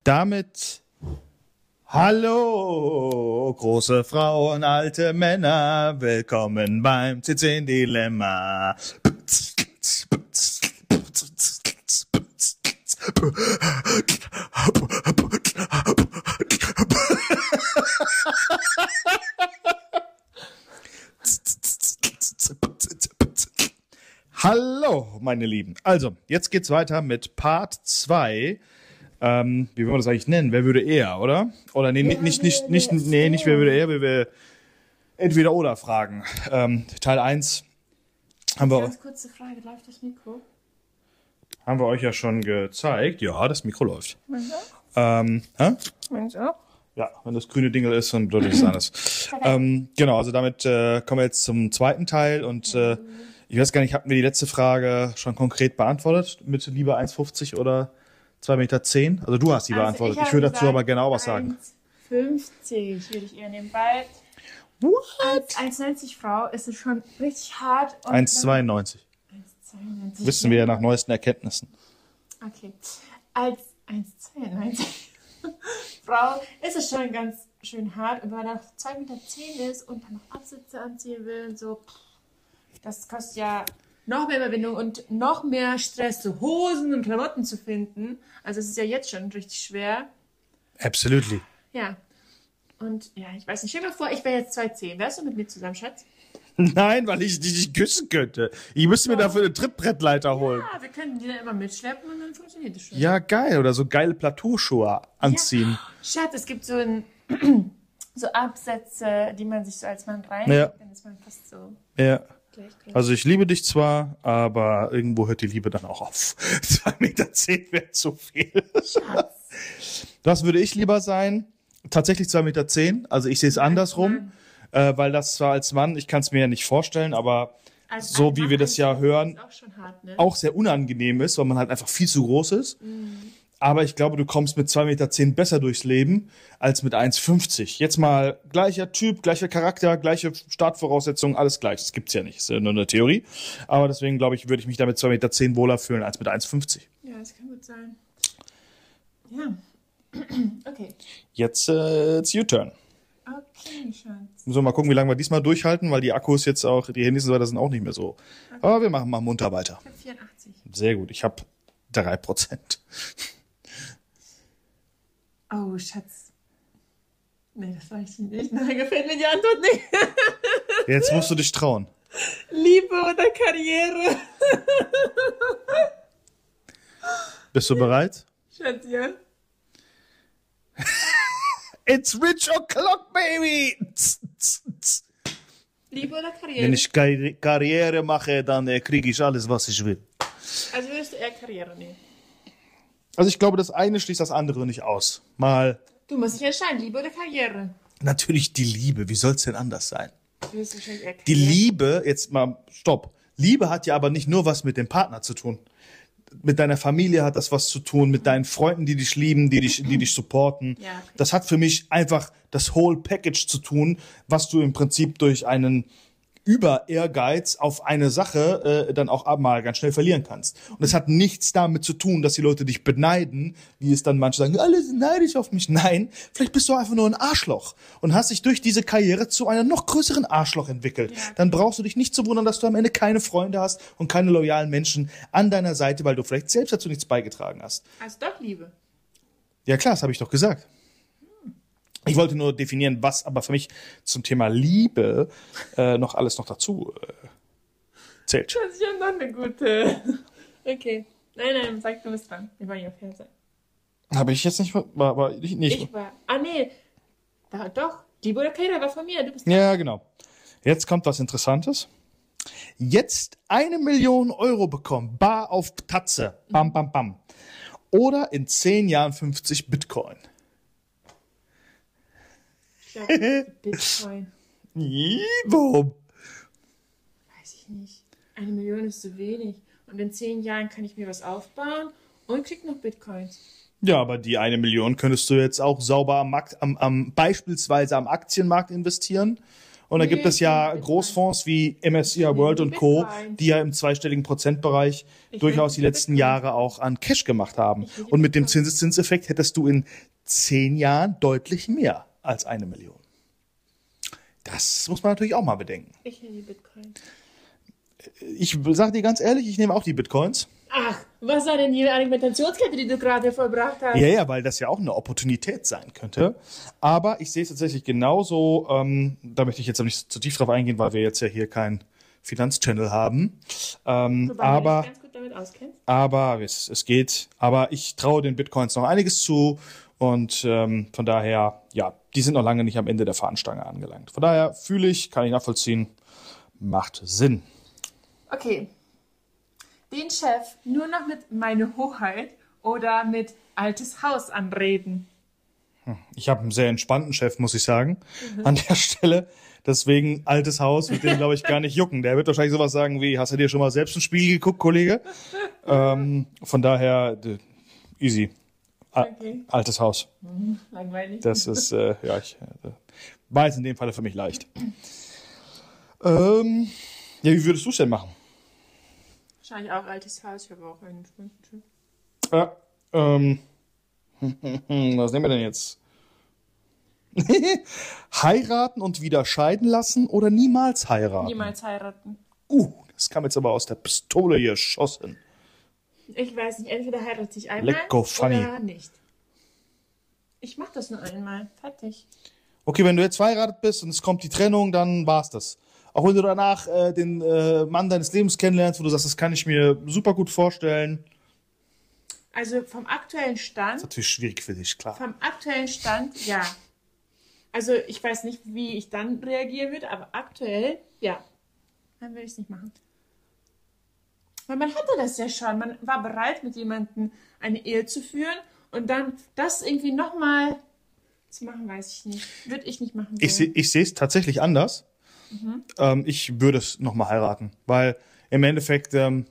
damit hallo, große Frauen, alte Männer, willkommen beim C10-Dilemma. Hallo, meine Lieben. Also, jetzt geht's weiter mit Part 2. Wie wollen wir das eigentlich nennen? Wer würde eher, oder? Oder nee, nicht wer würde eher, wir entweder oder fragen. Teil 1 haben wir. Ganz kurze Frage, läuft das Mikro? Haben wir euch ja schon gezeigt. Ja, das Mikro läuft. Meinst du auch? Ja, wenn das grüne Dingel ist, dann bedeutet es anders. Genau, also damit kommen wir jetzt zum zweiten Teil und ich weiß gar nicht, hatten wir die letzte Frage schon konkret beantwortet mit lieber 1,50 oder 2,10 Meter? Also du hast die beantwortet. Ich würde dazu aber genau was sagen. 1,50 würde ich eher nehmen, weil als 1,90 Frau ist es schon richtig hart. 1,92. 1,92. Wissen wir ja nach neuesten Erkenntnissen. Okay. Als 1,92 Frau ist es schon ganz schön hart. Und wenn man auf 2,10 Meter ist und dann noch Absätze anziehen will und so, das kostet ja noch mehr Überwindung und noch mehr Stress, so Hosen und Klamotten zu finden. Also es ist ja jetzt schon richtig schwer. Absolutely. Ja. Und ja, ich weiß nicht, stell dir mal vor, ich wäre jetzt 2,10. Wärst du mit mir zusammen, Schatz? Nein, weil ich dich nicht küssen könnte. Ich müsste mir dafür eine Trittbrettleiter holen. Ja, wir können die dann immer mitschleppen und dann funktioniert das schon. Ja, geil. Oder so geile Plateauschuhe anziehen. Ja. Schatz, es gibt so so Absätze, die man sich so als Mann rein, dann ist man fast so Ja. gleich. Also ich liebe dich zwar, aber irgendwo hört die Liebe dann auch auf. 2,10 Meter wäre zu viel. Schatz. Was würde ich lieber sein? Tatsächlich 2,10 Meter. Also ich sehe es andersrum, weil das zwar als Mann, ich kann es mir ja nicht vorstellen, aber Als so ein wie Mann wir das ja ist hören, auch schon hart, ne? auch sehr unangenehm ist, weil man halt einfach viel zu groß ist. Aber ich glaube, du kommst mit 2,10 Meter besser durchs Leben als mit 1,50. Jetzt mal gleicher Typ, gleicher Charakter, gleiche Startvoraussetzungen, alles gleich. Das gibt's ja nicht, ist ja nur eine Theorie. Aber deswegen, glaube ich, würde ich mich da mit 2,10 Meter wohler fühlen als mit 1,50. Ja, das kann gut sein. Ja. Okay. Jetzt it's your turn. Okay, Schatz. Müssen wir mal gucken, wie lange wir diesmal durchhalten, weil die Akkus jetzt auch, die Handys und so weiter sind auch nicht mehr so. Okay. Aber wir machen mal munter weiter. Ich habe 84. Sehr gut, ich habe 3%. Oh, Schatz. Nee, das weiß ich nicht. Nein, gefällt mir die Antwort nicht. Jetzt musst du dich trauen. Liebe oder Karriere? Bist du bereit? Schatz, ja. It's Rich O'Clock, baby! Liebe oder Karriere? Wenn ich Karriere mache, dann kriege ich alles, was ich will. Also würdest du eher Karriere nehmen? Also ich glaube, das eine schließt das andere nicht aus. Mal Du musst dich entscheiden, Liebe oder Karriere? natürlich die Liebe. Wie soll es denn anders sein? Du wirst wahrscheinlich eher Karriere. Die Liebe, jetzt mal, stopp. Liebe hat ja aber nicht nur was mit dem Partner zu tun. Mit deiner Familie hat das was zu tun, mit deinen Freunden, die dich lieben, die dich supporten. Ja, okay. Das hat für mich einfach das whole Package zu tun, was du im Prinzip durch einen Über-Ehrgeiz auf eine Sache dann auch mal ganz schnell verlieren kannst. Und es hat nichts damit zu tun, dass die Leute dich beneiden, wie es dann manche sagen, alle sind neidisch auf mich. Nein, vielleicht bist du einfach nur ein Arschloch und hast dich durch diese Karriere zu einem noch größeren Arschloch entwickelt. Ja. Dann brauchst du dich nicht zu wundern, dass du am Ende keine Freunde hast und keine loyalen Menschen an deiner Seite, weil du vielleicht selbst dazu nichts beigetragen hast. Also doch Liebe. Ja klar, das habe ich doch gesagt. Ich wollte nur definieren, was aber für mich zum Thema Liebe noch alles noch dazu zählt. Das ist ja noch eine gute. Okay. Nein, sag du bist dran. Wir wollen ja fair sein. Habe ich jetzt nicht, war ich nicht. Ich war. Ah, nee. Doch. Liebe oder Karriere war von mir. Du bist Ja, genau. Jetzt kommt was Interessantes. Jetzt 1 Million Euro bekommen, bar auf Tatze. Bam, bam, bam. Oder in 10 Jahren 50 Bitcoin. ja, Bitcoin. Warum? Weiß ich nicht. 1 Million ist zu wenig. Und in 10 Jahren kann ich mir was aufbauen und krieg noch Bitcoins. Ja, aber die 1 Million könntest du jetzt auch sauber beispielsweise am Aktienmarkt investieren Und da Nee, gibt es ja ich will Großfonds wie MSCI will World die und Co., Bitcoins. die ja im zweistelligen Prozentbereich Ich durchaus will die die letzten Bitcoins. Jahre auch an Cash gemacht haben. Ich will die Und mit dem Bitcoins. Zinseszinseffekt hättest du in 10 Jahren deutlich mehr als 1 Million. Das muss man natürlich auch mal bedenken. Ich nehme die Bitcoin. Ich sage dir ganz ehrlich, ich nehme auch die Bitcoins. Ach, was war denn die Argumentationskette, die du gerade vollbracht hast? Ja, ja, weil das ja auch eine Opportunität sein könnte. Aber ich sehe es tatsächlich genauso. Da möchte ich jetzt auch nicht zu tief drauf eingehen, weil wir jetzt ja hier keinen Finanzchannel haben. Wobei du dich Aber ganz gut damit auskennst. es geht. Aber ich traue den Bitcoins noch einiges zu. Und von daher, ja, die sind noch lange nicht am Ende der Fahnenstange angelangt. Von daher fühle ich, kann ich nachvollziehen, macht Sinn. Okay. Den Chef nur noch mit meine Hoheit oder mit altes Haus anreden. Ich habe einen sehr entspannten Chef, muss ich sagen, an der Stelle. Deswegen, altes Haus wird den, glaube ich, gar nicht jucken. Der wird wahrscheinlich sowas sagen wie, hast du dir schon mal selbst ein Spiel geguckt, Kollege? Von daher, easy. Okay. Altes Haus. Langweilig. Das ist, war jetzt in dem Falle für mich leicht. Ja, wie würdest du es denn machen? Wahrscheinlich auch altes Haus. Ich habe auch einen entspannten Chef. Ja, was nehmen wir denn jetzt? Heiraten und wieder scheiden lassen oder niemals heiraten? Niemals heiraten. Das kam jetzt aber aus der Pistole geschossen. Ich weiß nicht, entweder heirate ich einmal Lecko funny. oder nicht. Ich mach das nur einmal. Fertig. Okay, wenn du jetzt verheiratet bist und es kommt die Trennung, dann war's das. Auch wenn du danach den Mann deines Lebens kennenlernst, wo du sagst, das kann ich mir super gut vorstellen. Also vom aktuellen Stand, Das ist natürlich schwierig für dich, klar. ja. Also ich weiß nicht, wie ich dann reagieren würde, aber aktuell, ja. Dann würde ich es nicht machen. Weil man hatte das ja schon. Man war bereit, mit jemandem eine Ehe zu führen und dann das irgendwie nochmal zu machen, weiß ich nicht. Würde ich nicht machen wollen. Ich sehe es tatsächlich anders. Ich würde es nochmal heiraten, weil im Endeffekt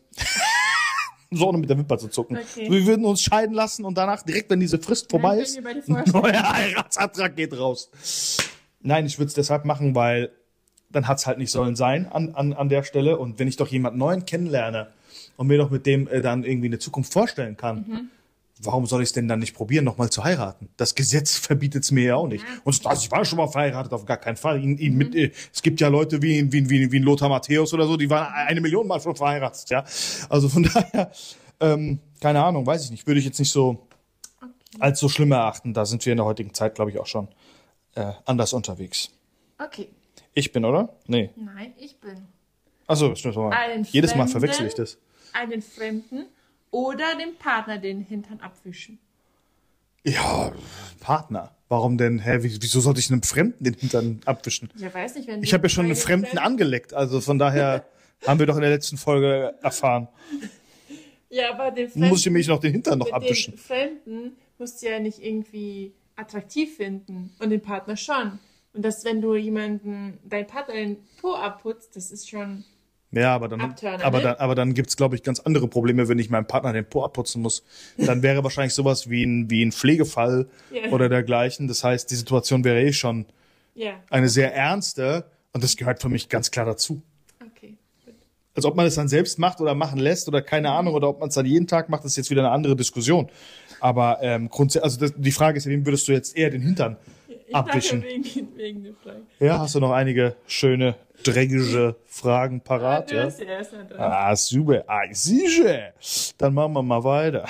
so ohne mit der Wimper zu zucken. Okay. Wir würden uns scheiden lassen und danach, direkt wenn diese Frist vorbei ist, können wir beide vorstellen. neuer Heiratsantrag geht raus. Nein, ich würde es deshalb machen, weil dann hat es halt nicht sollen sein an der Stelle. Und wenn ich doch jemand Neuen kennenlerne und mir doch mit dem dann irgendwie eine Zukunft vorstellen kann, warum soll ich es denn dann nicht probieren, nochmal zu heiraten? Das Gesetz verbietet es mir ja auch nicht. Und also ich war schon mal verheiratet, auf gar keinen Fall. Es gibt ja Leute wie ein Lothar Matthäus oder so, die waren 1 Million Mal schon verheiratet. Ja, also von daher, keine Ahnung, weiß ich nicht. Würde ich jetzt nicht so als so schlimm erachten. Da sind wir in der heutigen Zeit, glaube ich, auch schon anders unterwegs. Okay. Ich bin, oder? Nee. Nein, ich bin. Achso, das stimmt. Einen Jedes Mal Fremden? verwechsel ich das. Einen Fremden oder dem Partner den Hintern abwischen. Ja, Partner. Warum denn? Wieso sollte ich einem Fremden den Hintern abwischen? Ich weiß nicht, wenn Ich habe ja schon einen Fremden angeleckt, also von daher haben wir doch in der letzten Folge erfahren. Ja, aber den Fremden, Muss ich mich noch den Hintern noch mit abwischen? den Fremden musst du ja nicht irgendwie attraktiv finden und den Partner schon. Und dass, wenn du deinen Partner den Po abputzt, das ist schon... Ja, aber dann, Abturner, aber ne? dann, aber dann gibt's, glaube ich, ganz andere Probleme, wenn ich meinem Partner den Po abputzen muss. Dann wäre wahrscheinlich sowas wie ein Pflegefall Ja. oder dergleichen. Das heißt, die Situation wäre schon Ja, eine sehr ernste und das gehört für mich ganz klar dazu. okay. Gut. Also ob man es dann selbst macht oder machen lässt oder keine Ahnung oder ob man es dann jeden Tag macht, ist jetzt wieder eine andere Diskussion. Aber grundsätzlich, also die Frage ist ja, wem würdest du jetzt eher den Hintern abwischen? Wegen der Frage. Ja, hast du noch einige schöne, dreckige Fragen parat? Du Ja? bist der Erste dran. Ah, super. Ah, sicher. Dann machen wir mal weiter.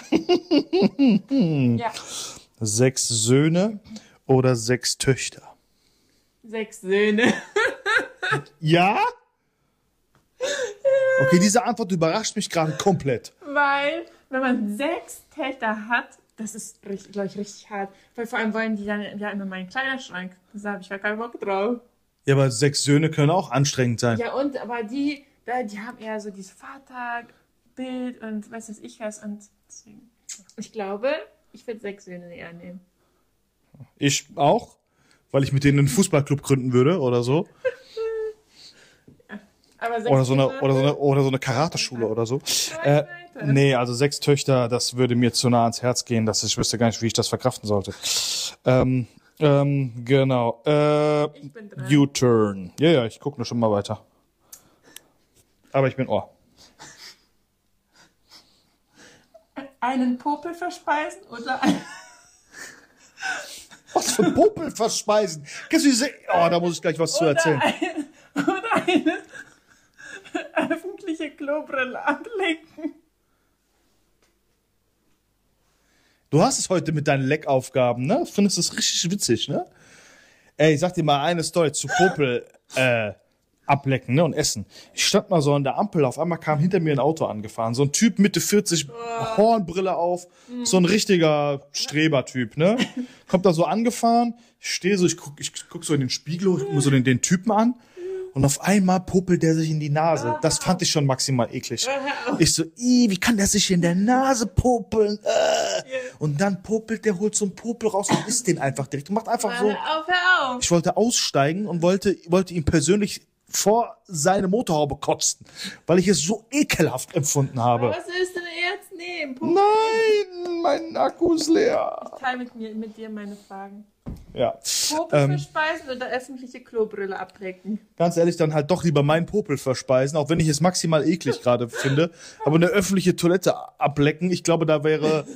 Ja, 6 Söhne oder 6 Töchter? 6 Söhne. Ja? Okay, diese Antwort überrascht mich gerade komplett. Weil, wenn man 6 Töchter hat, das ist, glaube ich, richtig hart. Weil vor allem wollen die dann ja immer meinen Kleiderschrank. Da habe ich gar keinen Bock drauf. Ja, aber 6 Söhne können auch anstrengend sein. Ja, aber die haben eher so dieses Vaterbild und weiß was ich was. Und deswegen, ich glaube, ich würde 6 Söhne eher nehmen. Ich auch, weil ich mit denen einen Fußballclub gründen würde oder so. Aber 6 Oder so eine Karateschule oder so. Nee, also 6 Töchter, das würde mir zu nah ans Herz gehen, dass ich wüsste gar nicht, wie ich das verkraften sollte. Genau. Ich bin dran. U-Turn. Ja, ich gucke nur schon mal weiter. Aber ich bin Ohr. Einen Popel verspeisen oder Was für Popel verspeisen? Kennst du diese... Oh, da muss ich gleich was zu erzählen. oder eine öffentliche Klobrille ablenken. Du hast es heute mit deinen Leckaufgaben, ne? Findest es richtig witzig, ne? Ey, ich sag dir mal eine Story zu Popel ablecken, ne? Und essen. Ich stand mal so an der Ampel, auf einmal kam hinter mir ein Auto angefahren. So ein Typ Mitte 40, Hornbrille auf, so ein richtiger Strebertyp, ne? Kommt da so angefahren, ich stehe so, ich guck so in den Spiegel, ich guck mir so den Typen an. Und auf einmal popelt der sich in die Nase. Das fand ich schon maximal eklig. Ich so, wie kann der sich in der Nase popeln? Und dann popelt der, holt so einen Popel raus und isst den einfach direkt. Und macht einfach so. Hör auf. Ich wollte aussteigen und wollte ihn persönlich vor seine Motorhaube kotzen, weil ich es so ekelhaft empfunden habe. Was willst du denn jetzt nehmen? Nein, mein Akku ist leer. Ich teile mit dir meine Fragen. Ja. Popel verspeisen oder öffentliche Klobrille ablecken? Ganz ehrlich, dann halt doch lieber meinen Popel verspeisen, auch wenn ich es maximal eklig gerade finde. Aber eine öffentliche Toilette ablecken, ich glaube, da wäre,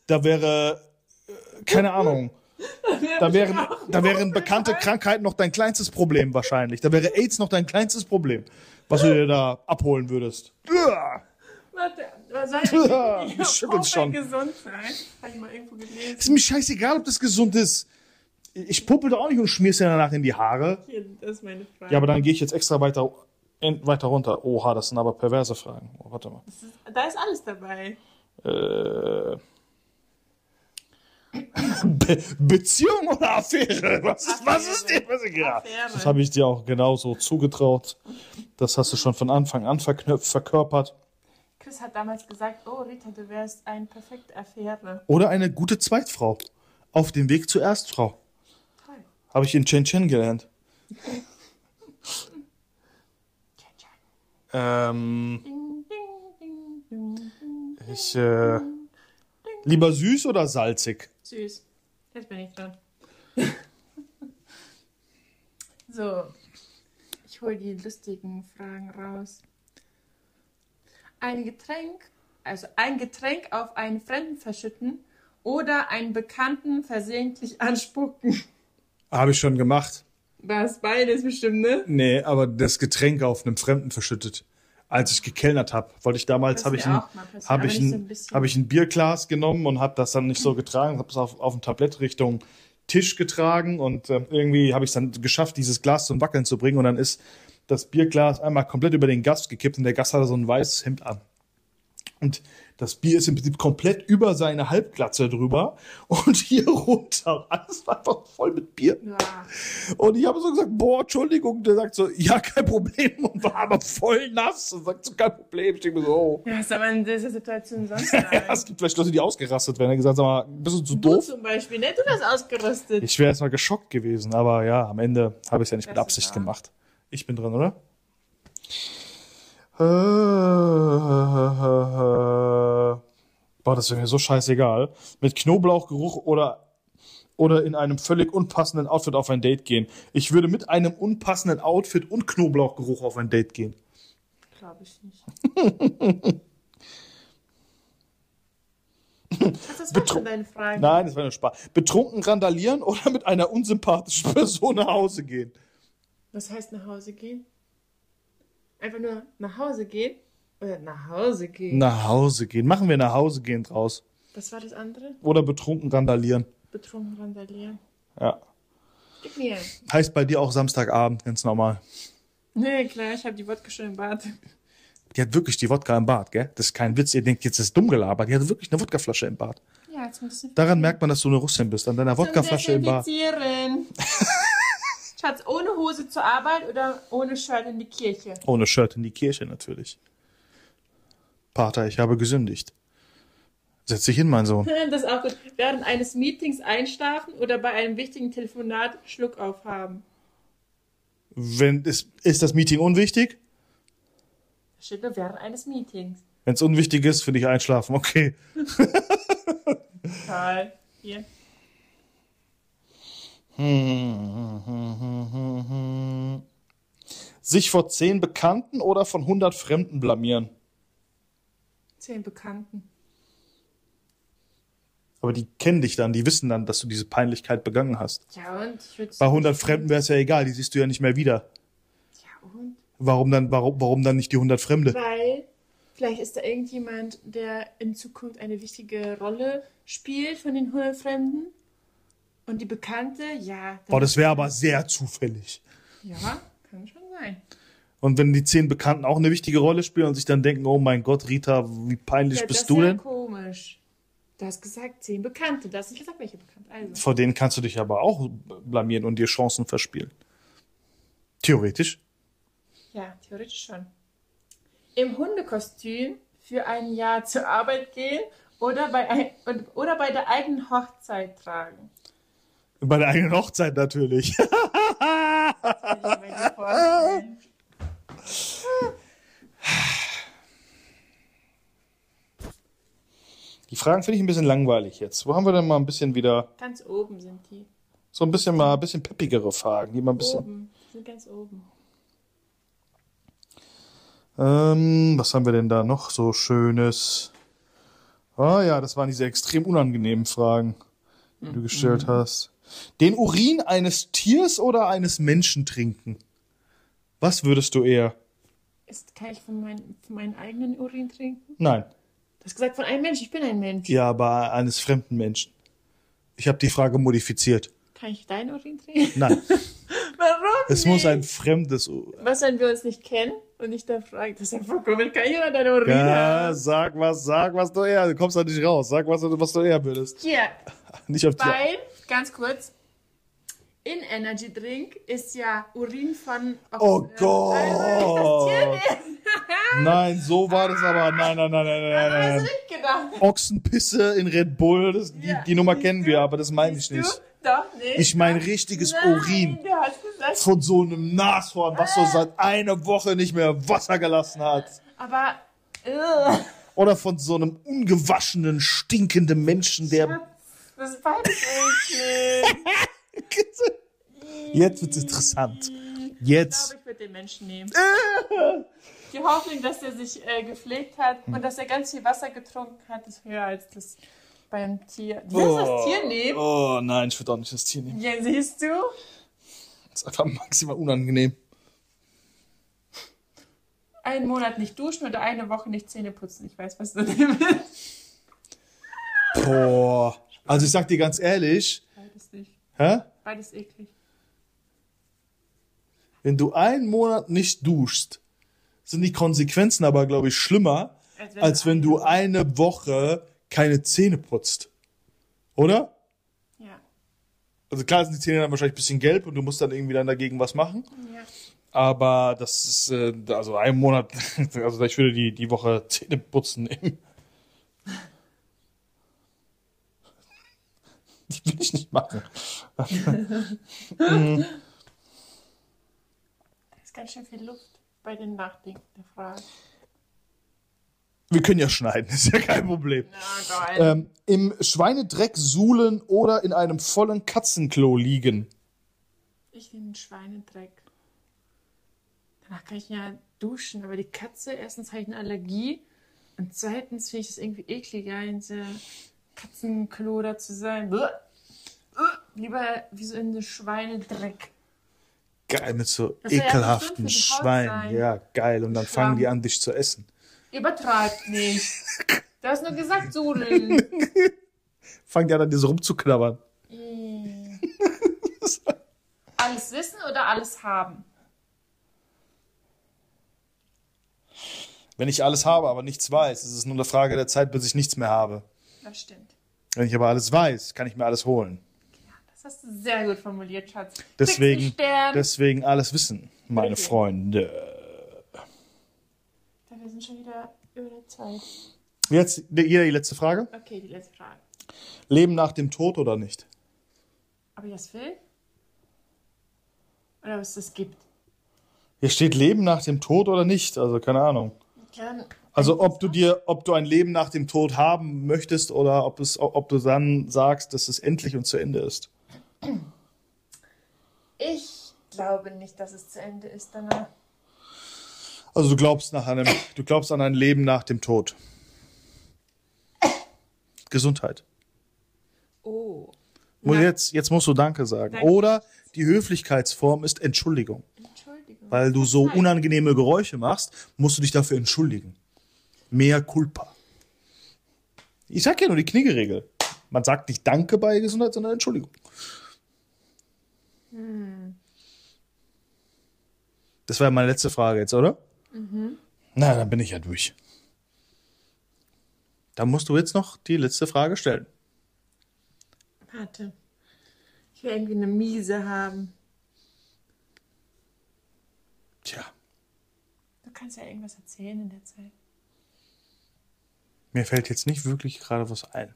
keine Ahnung. Da wären bekannte Krankheiten noch dein kleinstes Problem wahrscheinlich. Da wäre AIDS noch dein kleinstes Problem, was du dir da abholen würdest. Warte, soll Ich schüttel's schon. gesund sein? Habe ich mal irgendwo gelesen. Ist mir scheißegal, ob das gesund ist. Ich puppel doch auch nicht und schmier's dir danach in die Haare. Hier, das ist meine Frage. Ja, aber dann gehe ich jetzt extra weiter runter. Oha, das sind aber perverse Fragen. Oh, warte mal. Da ist alles dabei. Beziehung oder Affäre? Was ist dir? Ja, Affäre. das habe ich dir auch genauso zugetraut. Das hast du schon von Anfang an verkörpert. Chris hat damals gesagt, oh Rita, du wärst eine perfekte Affäre. Oder eine gute Zweitfrau. Auf dem Weg zur Erstfrau. Toll. Habe ich in Shenzhen gelernt. Ding, ding, ding, ding, ding. Lieber süß oder salzig? Süß. Jetzt bin ich dran. So. Ich hole die lustigen Fragen raus. Ein Getränk auf einen Fremden verschütten oder einen Bekannten versehentlich anspucken. Habe ich schon gemacht. Das beides bestimmt, ne? Nee, aber das Getränk auf einem Fremden verschüttet. Als ich gekellnert habe, wollte ich damals, habe ich ein Bierglas genommen und habe das dann nicht so getragen, habe es auf ein Tablett Richtung Tisch getragen und irgendwie habe ich es dann geschafft, dieses Glas zum Wackeln zu bringen und dann ist das Bierglas einmal komplett über den Gast gekippt und der Gast hatte so ein weißes Hemd an. Und das Bier ist im Prinzip komplett über seine Halbglatze drüber und hier runter. Alles war einfach voll mit Bier. Ja. Und ich habe so gesagt, boah, Entschuldigung. Der sagt so, ja, kein Problem. Und war aber voll nass. Und sagt so, kein Problem. Ich denke mir so, oh. Ja, ist aber in dieser Situation sonst Ja, rein. es gibt vielleicht Leute, die ausgerastet werden. Er gesagt, sag mal, bist du zu Du doof? zum Beispiel, ne? Du hast ausgerüstet. Ich wäre erstmal geschockt gewesen. Aber ja, am Ende habe ich es ja nicht mit Das ist Absicht wahr. gemacht. Ich bin dran, oder? Boah, das ist mir so scheißegal. Mit Knoblauchgeruch oder in einem völlig unpassenden Outfit auf ein Date gehen. Ich würde mit einem unpassenden Outfit und Knoblauchgeruch auf ein Date gehen. Glaube ich nicht. Das war schon deine Frage. Nein, das war nur Spaß. Betrunken randalieren oder mit einer unsympathischen Person nach Hause gehen? Was heißt nach Hause gehen? Einfach nur nach Hause gehen? Oder nach Hause gehen? Nach Hause gehen. Machen wir nach Hause gehen draus. Was war das andere? Oder betrunken randalieren. Betrunken randalieren. Ja. Gib mir. Heißt bei dir auch Samstagabend, ganz normal. Nee, klar, ich habe die Wodka schon im Bad. Die hat wirklich die Wodka im Bad, gell? Das ist kein Witz. Ihr denkt, jetzt ist dumm gelabert. Die hat wirklich eine Wodkaflasche im Bad. Ja, jetzt ein bisschen. Daran merkt man, dass du eine Russin bist. An deiner Wodkaflasche im Bad. Desinfizieren. Schatz, ohne Hose zur Arbeit oder ohne Shirt in die Kirche? Ohne Shirt in die Kirche natürlich. Pater, ich habe gesündigt. Setz dich hin, mein Sohn. Das ist auch gut. Während eines Meetings einschlafen oder bei einem wichtigen Telefonat Schluck aufhaben? Ist das Meeting unwichtig? Das steht nur während eines Meetings. Wenn es unwichtig ist, finde ich einschlafen. Okay. Toll. Hier. Sich vor 10 Bekannten oder von 100 Fremden blamieren? 10 Bekannten. Aber die kennen dich dann, die wissen dann, dass du diese Peinlichkeit begangen hast. Ja, und ich würde Bei 100 Fremden wäre es ja egal, die siehst du ja nicht mehr wieder. Ja, und? Warum dann nicht die 100 Fremde? Weil vielleicht ist da irgendjemand, der in Zukunft eine wichtige Rolle spielt von den 100 Fremden. Und die Bekannte, ja. Boah, das wäre aber sehr zufällig. Ja, kann schon sein. Und wenn die 10 Bekannten auch eine wichtige Rolle spielen und sich dann denken, oh mein Gott, Rita, wie peinlich Ja, bist du denn? Das ist ja komisch. Du hast gesagt 10 Bekannte. Du hast nicht gesagt, welche Bekannte. Also. Vor denen kannst du dich aber auch blamieren und dir Chancen verspielen. Theoretisch. Ja, theoretisch schon. Im Hundekostüm für ein Jahr zur Arbeit gehen oder bei der eigenen Hochzeit tragen. Bei der eigenen Hochzeit natürlich. Das kann ich mir nicht vorstellen. Die Fragen finde ich ein bisschen langweilig jetzt. Wo haben wir denn mal ein bisschen wieder Ganz oben sind die. so ein bisschen peppigere Fragen, die mal ein bisschen. Oben. Sind ganz oben. Was haben wir denn da noch so Schönes? Ah ja, das waren diese extrem unangenehmen Fragen, die du gestellt hast. Den Urin eines Tiers oder eines Menschen trinken? Was würdest du eher? Kann ich von meinem eigenen Urin trinken? Nein. Du hast gesagt von einem Mensch. Ich bin ein Mensch. Ja, aber eines fremden Menschen. Ich habe die Frage modifiziert. Kann ich deinen Urin trinken? Nein, Warum es nicht? muss ein fremdes Urin. Was, wenn wir uns nicht kennen und ich da frage? Das ist ja vollkommen, kann jeder deine Urin Ja, haben? sag was du eher. Du kommst da nicht raus. Sag was du eher würdest. Hier, Nicht auf die. weil, ganz kurz, in Energy Drink ist ja Urin von... Oh Gott. Also, ich das Tier nehmen. Nein, so war das aber. Nein. Hast du nicht gedacht? Ochsenpisse in Red Bull, Ja, die Nummer siehst kennen du? wir, aber das meine ich Siehst nicht. du? Doch, nicht. Ich meine richtiges Nein, Urin du hast gesagt. von so einem Nashorn, was so seit einer Woche nicht mehr Wasser gelassen hat. Aber, Oder von so einem ungewaschenen, stinkenden Menschen, der... das ist beides eklig. Jetzt wird's interessant. Ich Jetzt. glaube, ich würde den Menschen nehmen. Die Hoffnung, dass er sich gepflegt hat und dass er ganz viel Wasser getrunken hat, ist höher als das beim Tier. Du willst das Tier nehmen? Oh nein, ich würde auch nicht das Tier nehmen. Ja, siehst du? Das ist einfach maximal unangenehm. Einen Monat nicht duschen oder eine Woche nicht Zähne putzen. Ich weiß, was du nehmen willst. Boah. Also ich sag dir ganz ehrlich, Beides nicht. hä? Beides eklig. Wenn du einen Monat nicht duschst, sind die Konsequenzen aber, glaube ich, schlimmer, als wenn du eine Woche keine Zähne putzt. Oder? Ja. Also klar sind die Zähne dann wahrscheinlich ein bisschen gelb und du musst dann irgendwie dann dagegen was machen. Ja. Aber das ist, also einen Monat, also ich würde die Woche Zähne putzen nehmen. Die will ich nicht machen. Da ist ganz schön viel Luft bei den Nachdenken der Frage. Wir können ja schneiden, ist ja kein Problem. Na, geil. Im Schweinedreck suhlen oder in einem vollen Katzenklo liegen. Ich nehme den Schweinedreck. Danach kann ich ja duschen, aber die Katze, erstens habe ich eine Allergie und zweitens finde ich es irgendwie ekliger, in dieser Katzenklo da zu sein. Bäh. Lieber wie so in den Schweinedreck. Geil, mit so Das soll ja ekelhaften gesund für die Haut Schweinen. sein. Ja, geil. Und dann Schwamm. fangen die an, dich zu essen. Übertreibt nicht. Du hast nur gesagt, sudeln. Fangen die an, dir so rumzuknabbern. Alles wissen oder alles haben? Wenn ich alles habe, aber nichts weiß, ist es nur eine Frage der Zeit, bis ich nichts mehr habe. Das stimmt. Wenn ich aber alles weiß, kann ich mir alles holen. Das hast du sehr gut formuliert, Schatz. Deswegen, Kriegst einen Stern. deswegen alles wissen, meine Okay. Freunde. Wir sind schon wieder über der Zeit. Jetzt jeder die letzte Frage. Okay, die letzte Frage. Leben nach dem Tod oder nicht? Ob ich das will? Oder ob es das gibt? Hier steht Leben nach dem Tod oder nicht, also keine Ahnung. Also ob du ein Leben nach dem Tod haben möchtest oder ob du dann sagst, dass es endlich und zu Ende ist. Ich glaube nicht, dass es zu Ende ist danach. Also du glaubst an ein Leben nach dem Tod. Gesundheit. Oh. Jetzt musst du Danke sagen. Danke. Oder die Höflichkeitsform ist Entschuldigung. Entschuldigung. Weil du so unangenehme Geräusche machst, musst du dich dafür entschuldigen. Mea culpa. Ich sag ja nur die Kniggeregel. Man sagt nicht Danke bei Gesundheit, sondern Entschuldigung. Das war ja meine letzte Frage jetzt, oder? Na, dann bin ich ja durch. Dann musst du jetzt noch die letzte Frage stellen. Warte. Ich will irgendwie eine miese haben. Tja, Du kannst ja irgendwas erzählen in der Zeit. mir fällt jetzt nicht wirklich gerade was ein.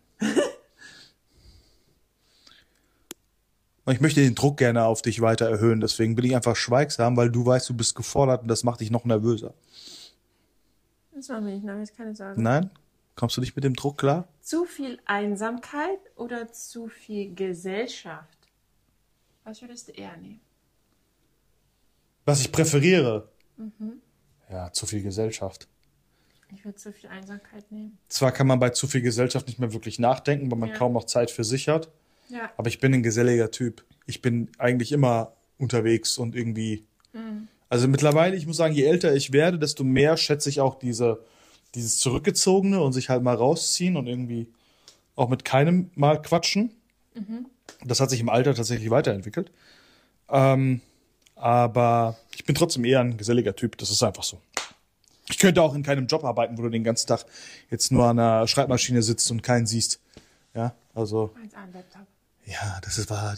Und ich möchte den Druck gerne auf dich weiter erhöhen, deswegen bin ich einfach schweigsam, weil du weißt, du bist gefordert und das macht dich noch nervöser. Das war mir nicht nervös, keine Sorge. Nein? Kommst du nicht mit dem Druck klar? Zu viel Einsamkeit oder zu viel Gesellschaft? Was würdest du eher nehmen? Was ich präferiere? Ja, zu viel Gesellschaft. Ich würde zu viel Einsamkeit nehmen. Zwar kann man bei zu viel Gesellschaft nicht mehr wirklich nachdenken, weil man Ja. kaum noch Zeit für sich hat, Ja. aber ich bin ein geselliger Typ. Ich bin eigentlich immer unterwegs und irgendwie... Also mittlerweile, ich muss sagen, je älter ich werde, desto mehr schätze ich auch dieses Zurückgezogene und sich halt mal rausziehen und irgendwie auch mit keinem mal quatschen. Das hat sich im Alter tatsächlich weiterentwickelt. Aber ich bin trotzdem eher ein geselliger Typ, das ist einfach so. Ich könnte auch in keinem Job arbeiten, wo du den ganzen Tag jetzt nur an einer Schreibmaschine sitzt und keinen siehst. Ja, also, Meins an Laptop. ja, war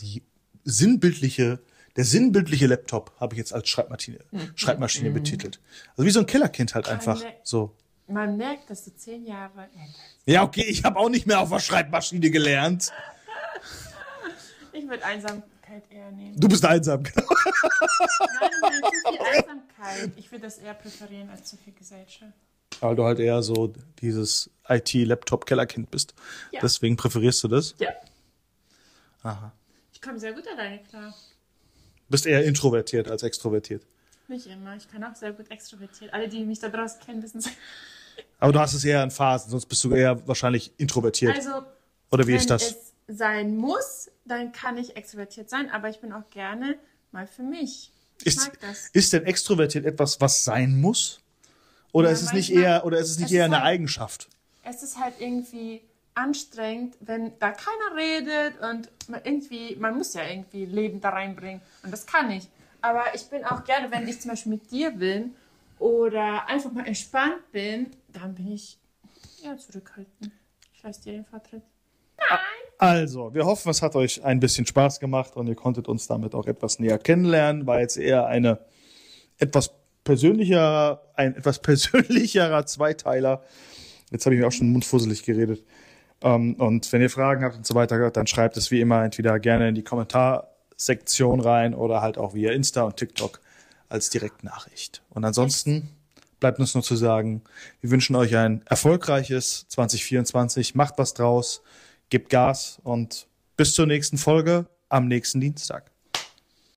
der sinnbildliche Laptop habe ich jetzt als Schreibmaschine betitelt. Also wie so ein Kellerkind halt einfach. So. Man merkt, dass du 10 Jahre älter bist. Ja, okay, ich habe auch nicht mehr auf der Schreibmaschine gelernt. Ich würde Einsamkeit eher nehmen. Du bist einsam. Nein, zu viel Einsamkeit. Ich würde das eher präferieren als zu viel Gesellschaft. Weil du halt eher so dieses IT-Laptop-Kellerkind bist. Ja. Deswegen präferierst du das? Ja. Aha. Ich komme sehr gut alleine klar. Bist eher introvertiert als extrovertiert. Nicht immer. Ich kann auch sehr gut extrovertiert. Alle, die mich da draußen kennen, wissen es. Aber du hast es eher in Phasen, sonst bist du eher wahrscheinlich introvertiert. Also, Oder wie wenn ist das? es sein muss, dann kann ich extrovertiert sein, aber ich bin auch gerne mal für mich. Ich mag das. Ist denn extrovertiert etwas, was sein muss? Oder Ja, ist es nicht manchmal- eher, es ist eine halt- Eigenschaft? Es ist halt irgendwie anstrengend, wenn da keiner redet und man muss ja irgendwie Leben da reinbringen. Und das kann ich. Aber ich bin auch gerne, wenn ich zum Beispiel mit dir bin oder einfach mal entspannt bin, dann bin ich eher zurückhaltend. Ich lasse dir den Vortritt. Also, wir hoffen, es hat euch ein bisschen Spaß gemacht und ihr konntet uns damit auch etwas näher kennenlernen. War jetzt eher ein etwas persönlicherer Zweiteiler. Jetzt habe ich mir auch schon mundfusselig geredet. Und wenn ihr Fragen habt und so weiter, dann schreibt es wie immer entweder gerne in die Kommentarsektion rein oder halt auch via Insta und TikTok als Direktnachricht. Und ansonsten bleibt uns nur zu sagen, wir wünschen euch ein erfolgreiches 2024. Macht was draus, gebt Gas und bis zur nächsten Folge am nächsten Dienstag.